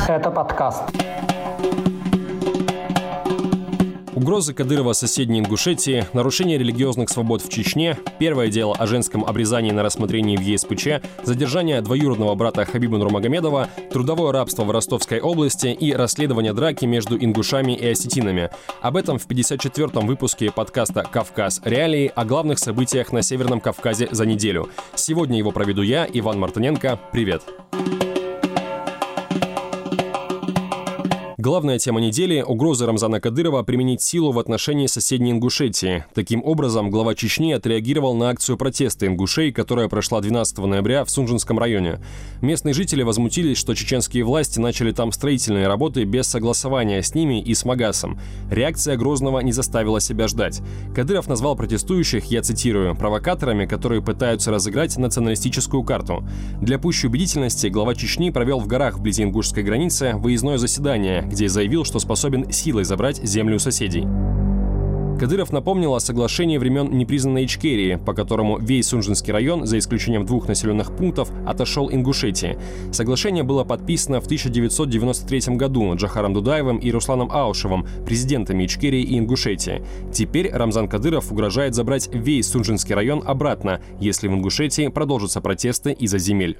Это подкаст. Угрозы Кадырова соседней Ингушетии, нарушение религиозных свобод в Чечне, первое дело о женском обрезании на рассмотрении в ЕСПЧ, задержание двоюродного брата Хабиба Нурмагомедова, трудовое рабство в Ростовской области и расследование драки между ингушами и осетинами. Об этом в 54-м выпуске подкаста «Кавказ. Реалии» о главных событиях на Северном Кавказе за неделю. Сегодня его проведу я, Иван Мартыненко. Привет! Главная тема недели – угроза Рамзана Кадырова применить силу в отношении соседней Ингушетии. Таким образом, глава Чечни отреагировал на акцию протеста ингушей, которая прошла 12 ноября в Сунжинском районе. Местные жители возмутились, что чеченские власти начали там строительные работы без согласования с ними и с Магасом. Реакция Грозного не заставила себя ждать. Кадыров назвал протестующих, я цитирую, «провокаторами, которые пытаются разыграть националистическую карту». Для пущей убедительности глава Чечни провел в горах вблизи ингушской границы выездное заседание, где заявил, что способен силой забрать землю у соседей. Кадыров напомнил о соглашении времен непризнанной Ичкерии, по которому весь Сунжинский район, за исключением 2 населенных пунктов, отошел Ингушетии. Соглашение было подписано в 1993 году Джохаром Дудаевым и Русланом Аушевым, президентами Ичкерии и Ингушетии. Теперь Рамзан Кадыров угрожает забрать весь Сунжинский район обратно, если в Ингушетии продолжатся протесты из-за земель.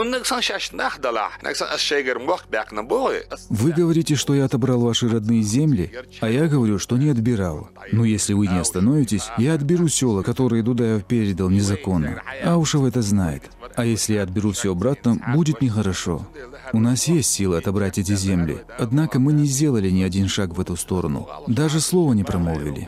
Вы говорите, что я отобрал ваши родные земли, а я говорю, что не отбирал. Но если вы не остановитесь, я отберу села, которые Дудаев передал незаконно. Аушев это знает. А если я отберу все обратно, будет нехорошо. У нас есть силы отобрать эти земли. Однако мы не сделали ни один шаг в эту сторону. Даже слова не промолвили.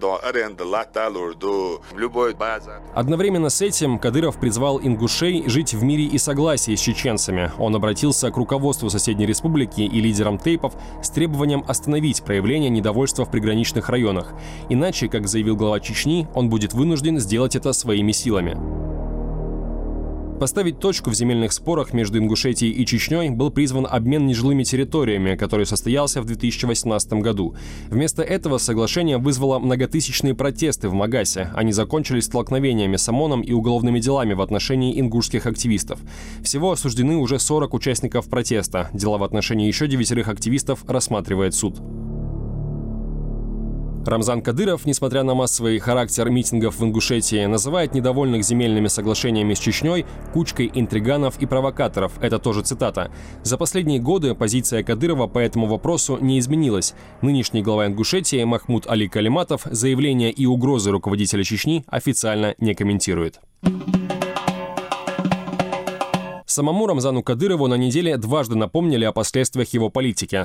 Одновременно с этим Кадыров призвал ингушей жить в мире и согласии с чеченцами. Он обратился к руководству соседней республики и лидерам тейпов с требованием остановить проявление недовольства в приграничных районах. Иначе, как заявил глава Чечни, он будет вынужден сделать это своими силами. Поставить точку в земельных спорах между Ингушетией и Чечней был призван обмен нежилыми территориями, который состоялся в 2018 году. Вместо этого соглашение вызвало многотысячные протесты в Магасе. Они закончились столкновениями с ОМОНом и уголовными делами в отношении ингушских активистов. Всего осуждены уже 40 участников протеста. Дела в отношении еще 9 активистов рассматривает суд. Рамзан Кадыров, несмотря на массовый характер митингов в Ингушетии, называет недовольных земельными соглашениями с Чечней кучкой интриганов и провокаторов. Это тоже цитата. За последние годы позиция Кадырова по этому вопросу не изменилась. Нынешний глава Ингушетии Махмуд Али Калиматов заявления и угрозы руководителя Чечни официально не комментирует. Самому Рамзану Кадырову на неделе дважды напомнили о последствиях его политики.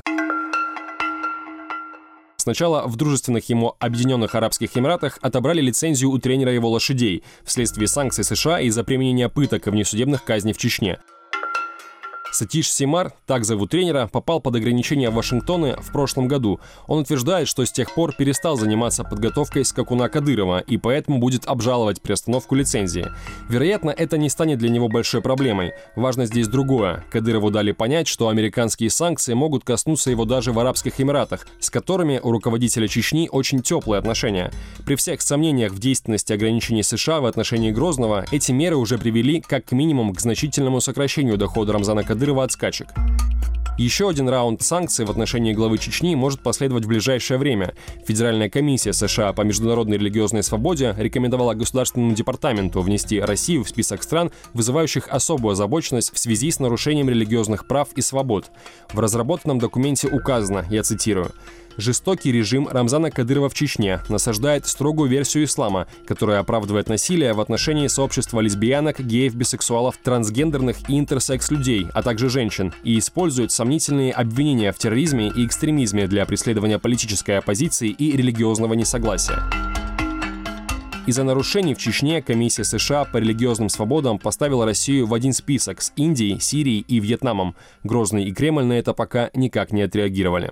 Сначала в дружественных ему Объединенных Арабских Эмиратах отобрали лицензию у тренера его лошадей вследствие санкций США из-за применения пыток и внесудебных казней в Чечне. Сатиш Симар, так зовут тренера, попал под ограничения Вашингтона в прошлом году. Он утверждает, что с тех пор перестал заниматься подготовкой скакуна Кадырова и поэтому будет обжаловать приостановку лицензии. Вероятно, это не станет для него большой проблемой. Важно здесь другое. Кадырову дали понять, что американские санкции могут коснуться его даже в Арабских Эмиратах, с которыми у руководителя Чечни очень теплые отношения. При всех сомнениях в действенности ограничений США в отношении Грозного, эти меры уже привели как минимум к значительному сокращению дохода Рамзана Кадырова от скачек. Еще один раунд санкций в отношении главы Чечни может последовать в ближайшее время. Федеральная комиссия США по международной религиозной свободе рекомендовала Государственному департаменту внести Россию в список стран, вызывающих особую озабоченность в связи с нарушением религиозных прав и свобод. В разработанном документе указано, я цитирую, «Жестокий режим Рамзана Кадырова в Чечне насаждает строгую версию ислама, которая оправдывает насилие в отношении сообщества лесбиянок, геев, бисексуалов, трансгендерных и интерсекс-людей, а также женщин, и использует сомнительные обвинения в терроризме и экстремизме для преследования политической оппозиции и религиозного несогласия». Из-за нарушений в Чечне комиссия США по религиозным свободам поставила Россию в один список с Индией, Сирией и Вьетнамом. Грозный и Кремль на это пока никак не отреагировали.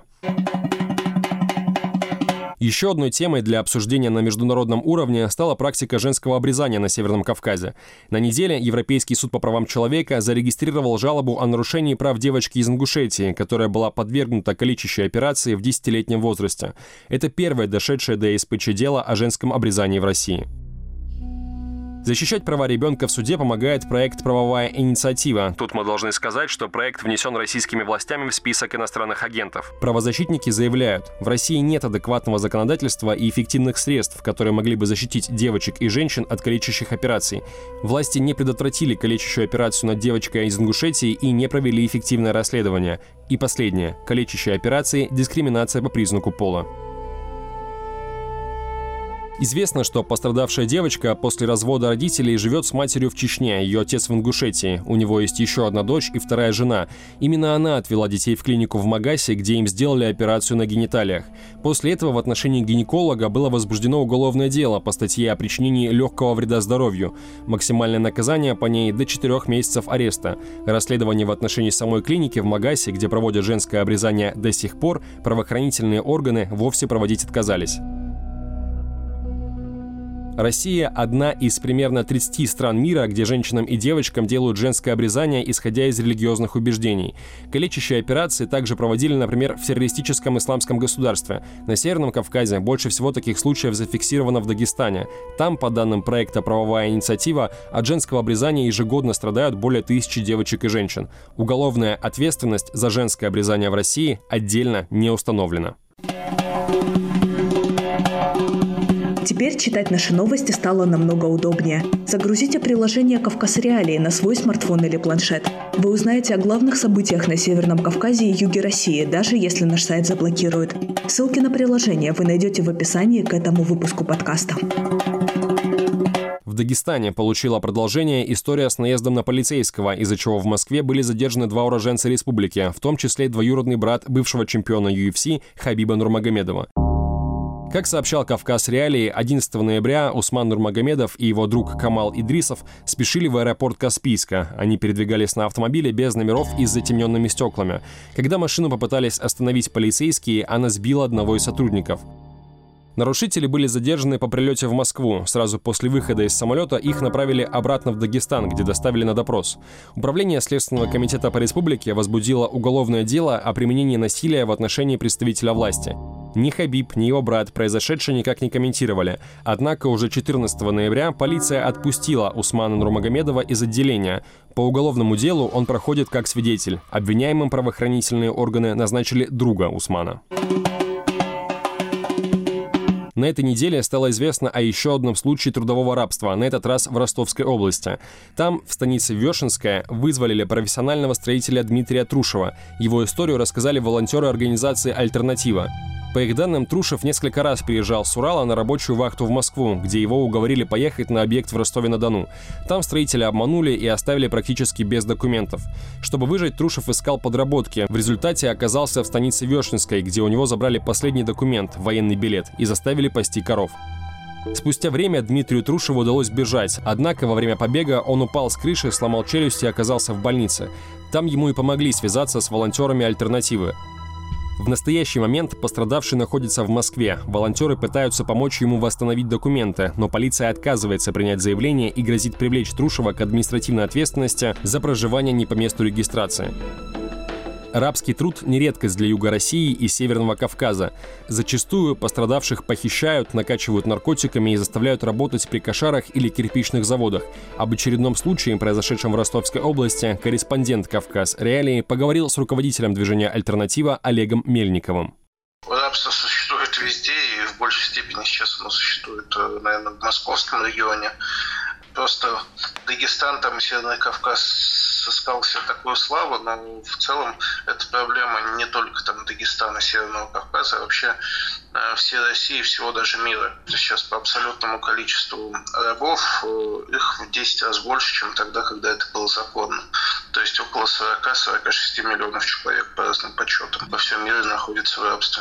Еще одной темой для обсуждения на международном уровне стала практика женского обрезания на Северном Кавказе. На неделе Европейский суд по правам человека зарегистрировал жалобу о нарушении прав девочки из Ингушетии, которая была подвергнута калечащей операции в 10-летнем возрасте. Это первое дошедшее до ЕСПЧ дело о женском обрезании в России. Защищать права ребенка в суде помогает проект «Правовая инициатива». Тут мы должны сказать, что проект внесен российскими властями в список иностранных агентов. Правозащитники заявляют, в России нет адекватного законодательства и эффективных средств, которые могли бы защитить девочек и женщин от калечащих операций. Власти не предотвратили калечащую операцию над девочкой из Ингушетии и не провели эффективное расследование. И последнее. Калечащие операции – дискриминация по признаку пола. Известно, что пострадавшая девочка после развода родителей живет с матерью в Чечне, ее отец в Ингушетии. У него есть еще одна дочь и вторая жена. Именно она отвела детей в клинику в Магасе, где им сделали операцию на гениталиях. После этого в отношении гинеколога было возбуждено уголовное дело по статье о причинении легкого вреда здоровью. Максимальное наказание по ней до 4 месяцев ареста. Расследование в отношении самой клиники в Магасе, где проводят женское обрезание до сих пор, правоохранительные органы вовсе проводить отказались. Россия – одна из примерно 30 стран мира, где женщинам и девочкам делают женское обрезание, исходя из религиозных убеждений. Калечащие операции также проводили, например, в террористическом исламском государстве. На Северном Кавказе больше всего таких случаев зафиксировано в Дагестане. Там, по данным проекта «Правовая инициатива», от женского обрезания ежегодно страдают более 1000 девочек и женщин. Уголовная ответственность за женское обрезание в России отдельно не установлена. Теперь читать наши новости стало намного удобнее. Загрузите приложение «Кавказ Реалии» на свой смартфон или планшет. Вы узнаете о главных событиях на Северном Кавказе и юге России, даже если наш сайт заблокируют. Ссылки на приложение вы найдете в описании к этому выпуску подкаста. В Дагестане получила продолжение история с наездом на полицейского, из-за чего в Москве были задержаны 2 уроженца республики, в том числе двоюродный брат бывшего чемпиона UFC Хабиба Нурмагомедова. Как сообщал «Кавказ Реалии», 11 ноября Усман Нурмагомедов и его друг Камал Идрисов спешили в аэропорт Каспийска. Они передвигались на автомобиле без номеров и с затемненными стеклами. Когда машину попытались остановить полицейские, она сбила одного из сотрудников. Нарушители были задержаны по прилете в Москву. Сразу после выхода из самолета их направили обратно в Дагестан, где доставили на допрос. Управление Следственного комитета по республике возбудило уголовное дело о применении насилия в отношении представителя власти. Ни Хабиб, ни его брат произошедшее никак не комментировали. Однако уже 14 ноября полиция отпустила Усмана Нурмагомедова из отделения. По уголовному делу он проходит как свидетель. Обвиняемым правоохранительные органы назначили друга Усмана. На этой неделе стало известно о еще одном случае трудового рабства, на этот раз в Ростовской области. Там, в станице Вешенская, вызволили профессионального строителя Дмитрия Трушева. Его историю рассказали волонтеры организации «Альтернатива». По их данным, Трушев несколько раз приезжал с Урала на рабочую вахту в Москву, где его уговорили поехать на объект в Ростове-на-Дону. Там строителя обманули и оставили практически без документов. Чтобы выжить, Трушев искал подработки. В результате оказался в станице Вешенской, где у него забрали последний документ – военный билет, и заставили пасти коров. Спустя время Дмитрию Трушеву удалось бежать, однако во время побега он упал с крыши, сломал челюсть и оказался в больнице. Там ему и помогли связаться с волонтерами «Альтернативы». В настоящий момент пострадавший находится в Москве. Волонтеры пытаются помочь ему восстановить документы, но полиция отказывается принять заявление и грозит привлечь Трушева к административной ответственности за проживание не по месту регистрации. Рабский труд – не редкость для Юга России и Северного Кавказа. Зачастую пострадавших похищают, накачивают наркотиками и заставляют работать при кошарах или кирпичных заводах. Об очередном случае, произошедшем в Ростовской области, корреспондент «Кавказ Реалии» поговорил с руководителем движения «Альтернатива» Олегом Мельниковым. Рабство существует везде, и в большей степени сейчас оно существует, наверное, в московском регионе. Просто Дагестан, там Северный Кавказ сыскал себе такую славу, но в целом это проблема не только там Дагестана, Северного Кавказа, а вообще всей России, всего даже мира. Сейчас по абсолютному количеству рабов их в 10 раз больше, чем тогда, когда это было законно. То есть около 40-46 миллионов человек по разным подсчетам во всем мире находится в рабстве.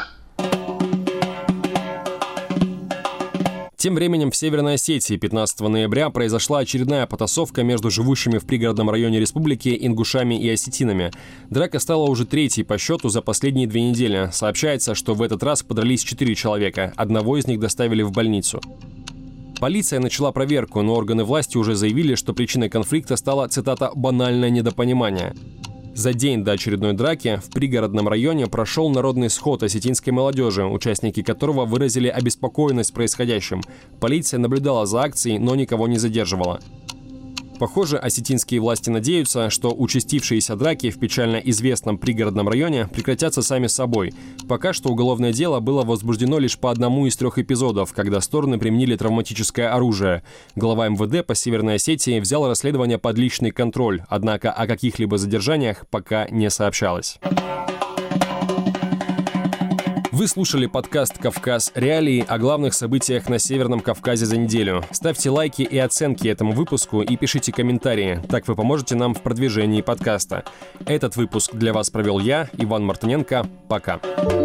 Тем временем в Северной Осетии 15 ноября произошла очередная потасовка между живущими в пригородном районе республики ингушами и осетинами. Драка стала уже 3-й по счету за последние 2 недели. Сообщается, что в этот раз подрались 4 человека, одного из них доставили в больницу. Полиция начала проверку, но органы власти уже заявили, что причиной конфликта стало, цитата, «банальное недопонимание». За день до очередной драки в пригородном районе прошел народный сход осетинской молодежи, участники которого выразили обеспокоенность происходящим. Полиция наблюдала за акцией, но никого не задерживала. Похоже, осетинские власти надеются, что участившиеся драки в печально известном пригородном районе прекратятся сами собой. Пока что уголовное дело было возбуждено лишь по одному из 3 эпизодов, когда стороны применили травматическое оружие. Глава МВД по Северной Осетии взял расследование под личный контроль, однако о каких-либо задержаниях пока не сообщалось. Вы слушали подкаст «Кавказ. Реалии» о главных событиях на Северном Кавказе за неделю. Ставьте лайки и оценки этому выпуску и пишите комментарии. Так вы поможете нам в продвижении подкаста. Этот выпуск для вас провел я, Иван Мартыненко. Пока.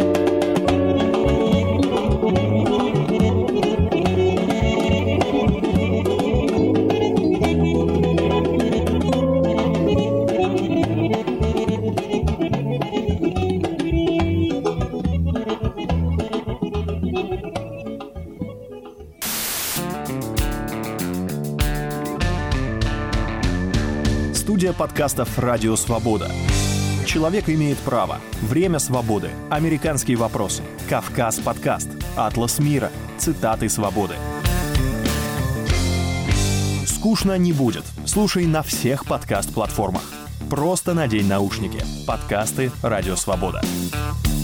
Студия подкастов «Радио Свобода». Человек имеет право. Время свободы. Американские вопросы. Кавказ подкаст. Атлас мира. Цитаты свободы. Скучно не будет. Слушай на всех подкаст-платформах. Просто надень наушники. Подкасты «Радио Свобода».